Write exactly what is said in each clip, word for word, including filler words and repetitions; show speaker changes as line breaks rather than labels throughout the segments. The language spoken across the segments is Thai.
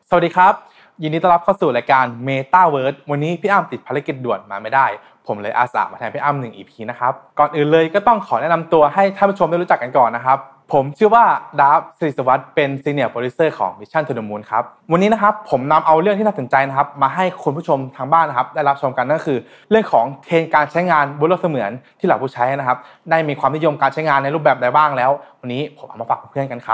สวัสดีครับยินดีต้อนรับเข้าสู่รายการ Metaverse วันนี้พี่อ้ำติดภารกิจด่วนมาไม่ได้ผมเลยอาสามาแทนพี่อ้ำหนึ่ง อี พี นะครับก่อนอื่นเลยก็ต้องขอแนะนำตัวให้ท่านผู้ชมได้รู้จักกันก่อนนะครับผมชื่อว่าดาฟศิริสวัสดิ์เป็น Senior Producer ของ Mission to the Moon ครับวันนี้นะครับผมนำเอาเรื่องที่น่าสนใจนะครับมาให้คุณผู้ชมทางบ้านนะครับได้รับชมกันนั่นก็คือเรื่องของเทรนด์การใช้งานบนโลกเสมือนที่เหล่าผู้ใช้นะครับได้มีความนิยมการใช้งานในรูปแบบใดบ้างแล้ววันนี้ผมเอามาฝากเพื่อนๆกันครับ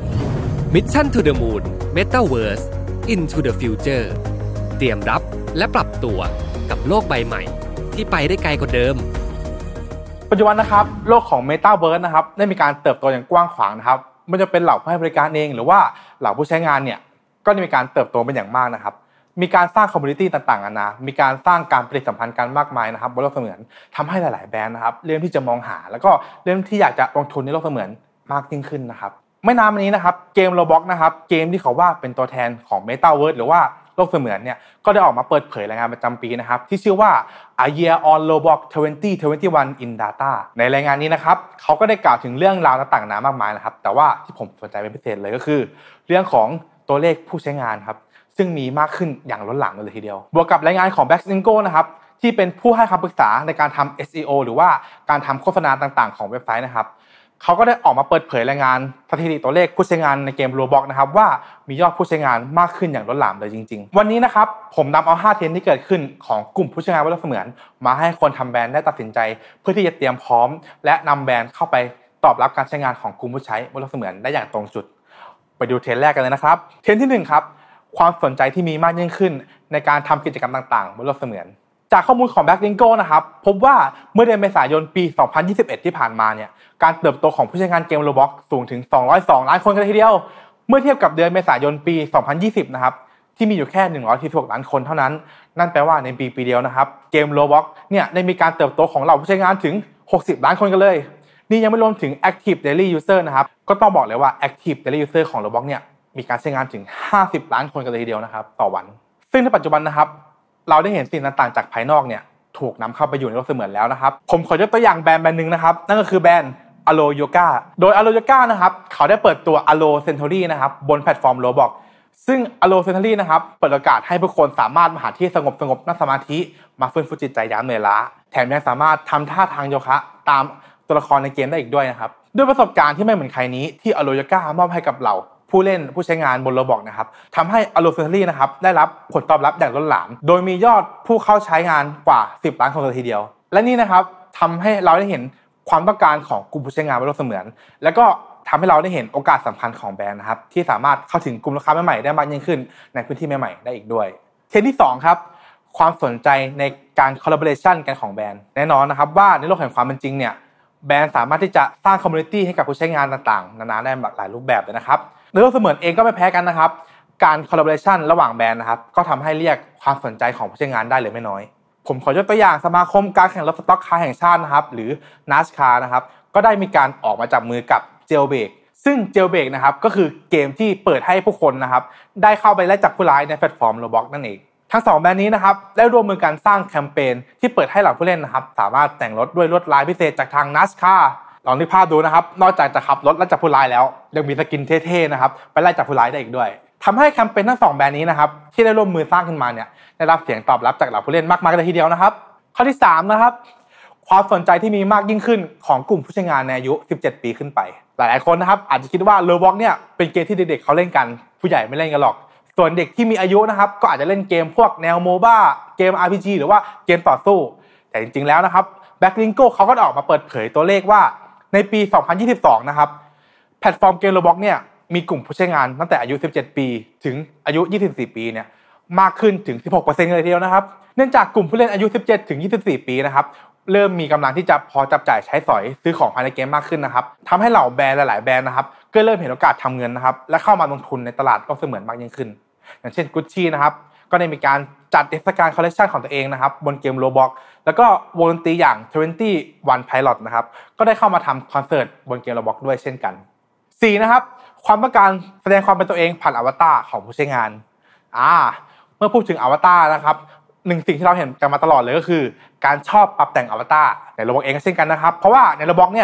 Mission to the Moon Metaverse Into the Future เตรียมรับและปรับตัวกับโลกใบใหม่ที่ไปได้ไกลกว่าเดิม
ปัจจุบันนะครับโลกของ Metaverse นะครับได้มีการเติบโตอย่างกว้างขวางนะครับไม่ว่าจะเป็นเหล่าผู้ให้บริการเองหรือว่าเหล่าผู้ใช้งานเนี่ยก็ได้มีการเติบโตเป็นอย่างมากนะครับมีการสร้างคอมมูนิตี้ต่างๆนานามีการสร้างการปฏิสัมพันธ์กันมากมายนะครับบนโลกเสมือนทำให้หลายๆแบรนด์นะครับเริ่มที่จะมองหาแล้วก็เริ่มที่อยากจะลงทุนในโลกเสมือนมากยิ่งขึ้นนะครับไม่นานมานี้นะครับเกม Roblox นะครับเกมที่เขาว่าเป็นตัวแทนของ Metaverse หรือว่าโลกเสมือนเนี่ยก็ได้ออกมาเปิดเผยรายงานประจำปีนะครับที่ชื่อว่า A Year on Roblox twenty twenty-one in Data ในรายงานนี้นะครับเขาก็ได้กล่าวถึงเรื่องราวต่างๆนามากมายนะครับแต่ว่าที่ผมสนใจเป็นพิเศษเลยก็คือเรื่องของตัวเลขผู้ใช้งานครับซึ่งมีมากขึ้นอย่างล้นหลามเลยทีเดียวบวกกับรายงานของ Blacklinko นะครับที่เป็นผู้ให้คำปรึกษาในการทำ เอส อี โอ หรือว่าการทำโฆษณาต่างๆของเว็บไซต์นะครับเขาก็ได้ออกมาเปิดเผยรายงานสถิติตัวเลขผู้ใช้งานในเกม Roblox นะครับว่ามียอดผู้ใช้งานมากขึ้นอย่างล้นหลามเลยจริงๆวันนี้นะครับผมนำเอาห้าเทรนด์ที่เกิดขึ้นของกลุ่มผู้ใช้งานบนโลกเสมือนมาให้คนทำแบรนด์ได้ตัดสินใจเพื่อที่จะเตรียมพร้อมและนำแบรนด์เข้าไปตอบรับการใช้งานของกลุ่มผู้ใช้บนโลกเสมือนได้อย่างตรงจุดไปดูเทรนด์แรกกันเลยนะครับเทรนด์ที่หนึ่งครับความสนใจที่มีมากยิ่งขึ้นในการทำกิจกรรมต่างๆบนโลกเสมือนจากข้อมูลของ Blacklinko นะครับพบว่าเมื่อเดือนเมษายนปีสองพันยี่สิบเอ็ดที่ผ่านมาเนี่ยการเติบโตของผู้ใช้งานเกม Roblox สูงถึงสองร้อยสองล้านคนกันเลยทีเดียวเมื่อเทียบกับเดือนเมษายนปีสองพันยี่สิบนะครับที่มีอยู่แค่หนึ่งร้อยสี่สิบหกล้านคนเท่านั้นนั่นแปลว่าในปีปีเดียวนะครับเกม Roblox เนี่ยได้มีการเติบโตของเหล่าผู้ใช้งานถึงหกสิบล้านคนกันเลยนี่ยังไม่รวมถึง Active Daily User นะครับก็ต้องบอกเลยว่า Active Daily User ของ Roblox เนี่ยมีการใช้งานถึงห้าสิบล้านคนกันเลยทีเดียวนะครับต่อวันซึ่งในปัจจุบันนะครับเราได้เห็นสิ่งต่างๆจากภายนอกเนี่ยถูกนำเข้าไปอยู่ในโลกเสมือนแล้วนะครับผมขอยกตัวอย่างแบรนด์แบรนด์นึงนะครับนั่นก็คือแบรนด์ Alo Yoga โดย Alo Yoga นะครับเขาได้เปิดตัว Alo Century นะครับบนแพลตฟอร์ม Roblox ซึ่ง Alo Century นะครับเปิดโอกาสให้ผู้คนสามารถมาหาที่สงบๆนั่งสมาธิมาฟื้นฟูจิตใจยามเหนื่อยล้าแถมยังสามารถทำท่าทางโยคะตามตัวละครในเกมได้อีกด้วยนะครับด้วยประสบการณ์ที่ไม่เหมือนใครนี้ที่ Alo Yoga มอบให้กับเราผู้เล่นผู้ใช้งานบน Roblox นะครับทำให้ Alo Century นะครับได้รับผลตอบรับอย่างล้นหลามโดยมียอดผู้เข้าใช้งานกว่าสิบล้านคนเลยทีเดียวและนี่นะครับทำให้เราได้เห็นความต้องการของกลุ่มผู้ใช้งานบนโลกเสมือนแล้วก็ทำให้เราได้เห็นโอกาสสำคัญของแบรนด์นะครับที่สามารถเข้าถึงกลุ่มลูกค้าใหม่ๆได้มากยิ่งขึ้นในพื้นที่ใหม่ๆได้อีกด้วยเทรนด์ที่สองครับความสนใจในการ collaboration กันของแบรนด์แน่นอนนะครับว่าในโลกแห่งความเป็นจริงเนี่ยแบรนด์สามารถที่จะสร้าง community ให้กับผู้ใช้งานต่างๆนานาได้หลายรูปแบบเลยนะครับในโลกเสมือนเองก็ไม่แพ้กันนะครับการ collaboration ระหว่างแบรนด์นะครับก็ทำให้เรียกความสนใจของผู้ใช้งานได้เลยไม่น้อยผมขอยกตัวอย่างสมาคมการแข่งรถสต็อกคาร์แห่งชาตินะครับหรือ NASCAR นะครับก็ได้มีการออกมาจับมือกับ Jailbreak ซึ่ง Jailbreak นะครับก็คือเกมที่เปิดให้ผู้คนนะครับได้เข้าไปไล่จับผู้ร้ายในแพลตฟอร์ม Roblox นั่นเองทั้งสองแบรนด์นี้นะครับได้ร่วมมือกันสร้างแคมเปญที่เปิดให้เหล่าผู้เล่นนะครับสามารถแต่งรถด้วยลวดลายพิเศษจากทาง NASCAR ลองนึกภาพดูนะครับนอกจากจะขับรถไล่จับผู้ร้ายแล้วยังมีสกินเท่ๆนะครับไปไล่จับผู้ร้ายได้อีกด้วยทำให้แคมเปญทั้งสองแบรนด์นี้นะครับที่ได้ร่วมมือสร้างขึ้นมาเนี่ยได้รับเสียงตอบรับจากเหล่าผู้เล่นมากมายเลยทีเดียวนะครับข้อที่สามนะครับความสนใจที่มีมากยิ่งขึ้นของกลุ่มผู้ใช้งานในอายุสิบเจ็ดปีขึ้นไปหลายๆคนนะครับอาจจะคิดว่า Roblox เนี่ยเป็นเกมที่เด็กๆเขาเล่นกันผู้ใหญ่ไม่เล่นกันหรอกส่วนเด็กที่มีอายุนะครับก็อาจจะเล่นเกมพวกแนว โมบ้า เกม อาร์ พี จี หรือว่าเกมต่อสู้แต่จริงๆแล้วนะครับ Blacklinko เขาก็ออกมาเปิดเผยตัวเลขว่าในปีสองพันยี่สิบสองนะครับแพลตฟอร์มเกม Roblox เนี่ยมีกลุ่มผู้ใช้งานตั้งแต่อายุสิบเจ็ดปีถึงอายุยี่สิบสี่ปีเนี่ยมากขึ้นถึง สิบหกเปอร์เซ็นต์ เลยทีเดียวนะครับเนื่องจากกลุ่มผู้เล่นอายุสิบเจ็ดถึงยี่สิบสี่ปีนะครับเริ่มมีกำลังที่จะพอจับจ่ายใช้สอยซื้อของภายในเกมมากขึ้นนะครับทำให้เหล่าแบรนด์หลายๆแบรนด์นะครับก็เริ่มเห็นโอกาสทำเงินนะครับและเข้ามาลงทุนในตลาดโลกเสมือนมากยิ่งขึ้นอย่างเช่น Gucci นะครับก็ได้มีการจัดเทศกาลคอลเลคชันของตัวเองนะครับบนเกม Roblox แล้วก็วงดนตรีอย่างยี่สิบเอ็ด Pilot นะครับก็ได้เข้ามาทำคอนเสิร์ตบนเกม Roblox ด้วยเช่นกันสี่นะครับความต้องการแสดงความเป็นตัวเองผ่านอวตารของผู้ใช้งานอ่าเมื่อพูดถึงอวตารนะครับหนึ่งสิ่งที่เราเห็นกันมาตลอดเลยก็คือการชอบปรับแต่งอวตารใน Roblox เองก็เช่นกันนะครับเพราะว่าใน Roblox เนี่ย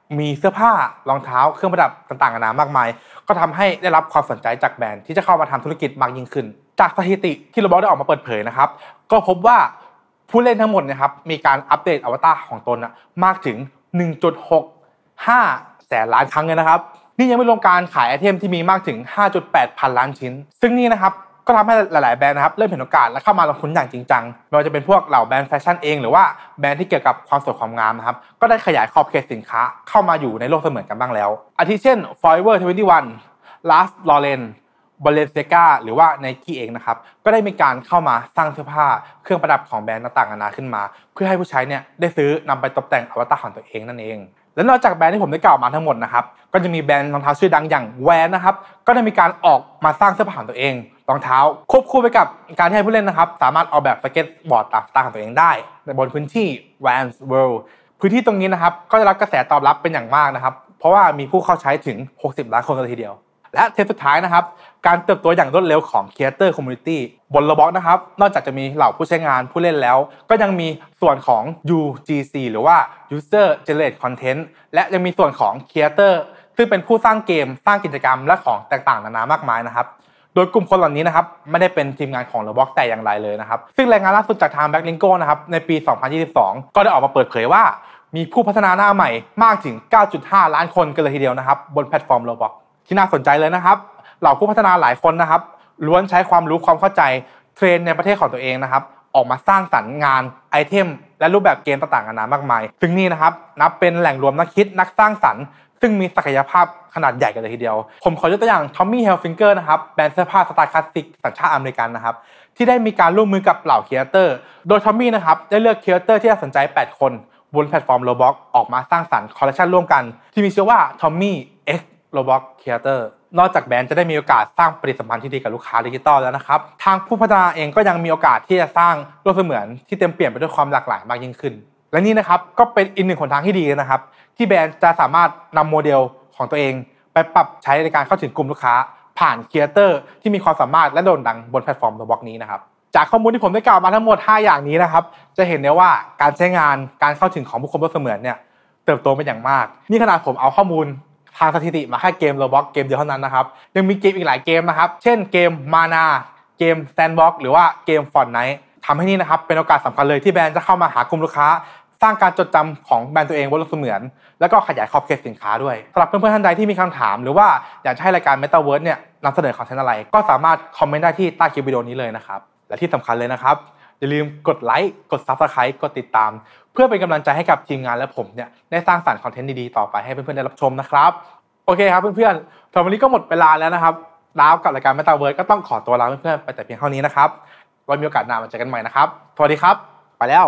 มีเสื้อผ้ารองเท้าเครื่องประดับต่างๆนานามากมายก็ทำให้ได้รับความสนใจจากแบรนด์ที่จะเข้ามาทำธุรกิจมากยิ่งขึ้นจากสถิติที่โรบล็อกได้ออกมาเปิดเผยนะครับก็พบว่าผู้เล่นทั้งหมดนะครับมีการอัปเดตอวตารของตนมากถึง หนึ่งจุดหกห้า แสนล้านครั้งเลยนะครับนี่ยังไม่รวมการขายไอเทมที่มีมากถึง ห้าจุดแปด พันล้านชิ้นซึ่งนี่นะครับก็ทำให้หลายๆแบรนด์นะครับเริ่มเห็นโอกาสและเข้ามาลงทุนอย่างจริงจังไม่ว่าจะเป็นพวกเหล่าแบรนด์แฟชั่นเองหรือว่าแบรนด์ที่เกี่ยวกับความสวยความงามนะครับก็ได้ขยายขอบเขตสินค้าเข้ามาอยู่ในโลกเสมือนกันบ้างแล้วอาทิเช่น Forever ยี่สิบเอ็ด Ralph Lauren Balenciaga หรือว่า Nike เองนะครับก็ได้มีการเข้ามาสร้างเสื้อผ้าเครื่องประดับของแบรนด์ต่างๆนานาขึ้นมาเพื่อให้ผู้ใช้เนี่ยได้ซื้อนำไปตกแต่งอวตารของตัวเองนั่นเองและนอกจากแบรนด์ที่ผมได้กล่าวมาทั้งหมดนะครับก็จะมีแบรนด์รองเท้าชื่อดังอย่าง Vans นะครับก็ได้มีการออกมาสร้างเสื้อผ้าของตัวเองรองเท้าควบคู่ไปกับการที่ให้ผู้เล่นนะครับสามารถออกแบบสเก็ตบอร์ดตามสไตล์ของตัวเองได้ในบนพื้นที่ Vans World พื้นที่ตรงนี้นะครับก็ได้รับกระแสตอบรับเป็นอย่างมากนะครับเพราะว่ามีผู้เข้าใช้ถึงหกสิบล้านคนเลยทีเดียวและเทปสุดท้ายนะครับการเติบโตอย่างรวดเร็วของ Creator Community บน Roblox นะครับนอกจากจะมีเหล่าผู้ใช้งานผู้เล่นแล้วก็ยังมีส่วนของ ยู จี ซี หรือว่า User Generated Content และยังมีส่วนของ Creator ซึ่งเป็นผู้สร้างเกมสร้างกิจกรรมและของต่างๆนานามากมายนะครับโดยกลุ่มคนเหล่านี้นะครับไม่ได้เป็นทีมงานของ Roblox แต่อย่างไรเลยนะครับซึ่งรายงานล่าสุดจากทาง Backlinko นะครับในปี สองพันยี่สิบสอง ก็ได้ออกมาเปิดเผยว่ามีผู้พัฒนาหน้าใหม่มากถึง เก้าจุดห้า ล้านคนกันเลยทีเดียวนะครับบนแพลตฟอร์ม Roblox ที่น่าสนใจเลยนะครับเหล่าผู้พัฒนาหลายคนนะครับล้วนใช้ความรู้ความเข้าใจเทรนในประเทศของตัวเองนะครับออกมาสร้างสรรค์งานไอเทมและรูปแบบเกมต่างๆนานามากมายซึ่งนี่นะครับนับเป็นแหล่งรวมนักคิดนักสร้างสรรค์ซึ่งมีศักยภาพขนาดใหญ่กันเลยทีเดียวผมขอยกตัวอย่าง Tommy Hilfiger นะครับแบรนด์เสื้อผ้าสไตล์คลาสสิกสัญชาติอเมริกันนะครับที่ได้มีการร่วมมือกับเหล่าครีเอเตอร์โดย Tommy นะครับได้เลือกครีเอเตอร์ที่น่าสนใจแปดคนบนแพลตฟอร์ม Roblox ออกมาสร้างสรรค์คอลเลคชันร่วมกันที่มีชื่อว่า Tommy X Roblox Creator นอกจากแบรนด์จะได้มีโอกาสสร้างปฏิสัมพันธ์ที่ดีกับลูกค้าดิจิตอลแล้วนะครับทางผู้พัฒนาเองก็ยังมีโอกาสที่จะสร้างโลกเสมือนที่เต็มเปี่ยมไปด้วยความหลากหลายมากยิ่งขึ้นและนี่นะครับก็เป็นอีกหนึ่งหนทางที่ดีนะครับที่แบรนด์จะสามารถนำโมเดลของตัวเองไปปรับใช้ในการเข้าถึงกลุ่มลูกค้าผ่านครีเอเตอร์ที่มีความสามารถและโด่งดังบนแพลตฟอร์ม Roblox นี้นะครับจากข้อมูลที่ผมได้กล่าวมาทั้งหมดห้าอย่างนี้นะครับจะเห็นได้ว่าการใช้งานการเข้าถึงของบุคคลโลกเสมือนเนี่ยเติบโตเป็นอย่างมากนี่ขนาดผมเอาข้อมูลทางสถิติมาแค่เกม Roblox เกมเดียวเท่านั้นนะครับยังมีเกมอีกหลายเกมนะครับเช่นเกม Mana เกม Sandbox หรือว่าเกม Fortnite ทำให้นี่นะครับเป็นโอกาสสำคัญเลยที่แบรนด์จะเข้ามาหากลุ่มลูกค้าสร้างการจดจำของแบรนด์ตัวเองบนโลกเสมือนแล้วก็ขยายขอบเขตสินค้าด้วยสำหรับเพื่อนๆท่านใดที่มีคำถามหรือว่าอยากให้รายการ Metaverse เนี่ยนำเสนอคอนเทนต์อะไรก็สามารถคอมเมนต์ได้ที่ใต้คลิปวิดีโอนี้เลยนะครับและที่สำคัญเลยนะครับอย่าลืมกดไลค์กด Subscribe กดติดตามเพื่อเป็นกำลังใจให้กับทีมงานและผมเนี่ยได้สร้างสรรค์คอนเทนต์ดีๆต่อไปให้เพื่อนๆได้รับชมนะครับโอเคครับเพื่อนๆสำหรับวันนี้ก็หมดเวลาแล้วนะครับดาวกับรายการ Metaverse ก็ต้องขอตัวลาเพื่อนๆไปแต่เพียงเท่านี้นะครับไว้มีโอกาสหน้ามาเจอกันใหม่นะครับสวัสดีครับไปแล้ว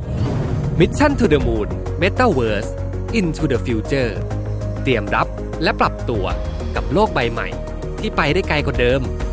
Mission to the Moon Metaverse Into the Future เตรียมรับและปรับตัวกับโลกใบใหม่ที่ไปได้ไกลกว่าเดิม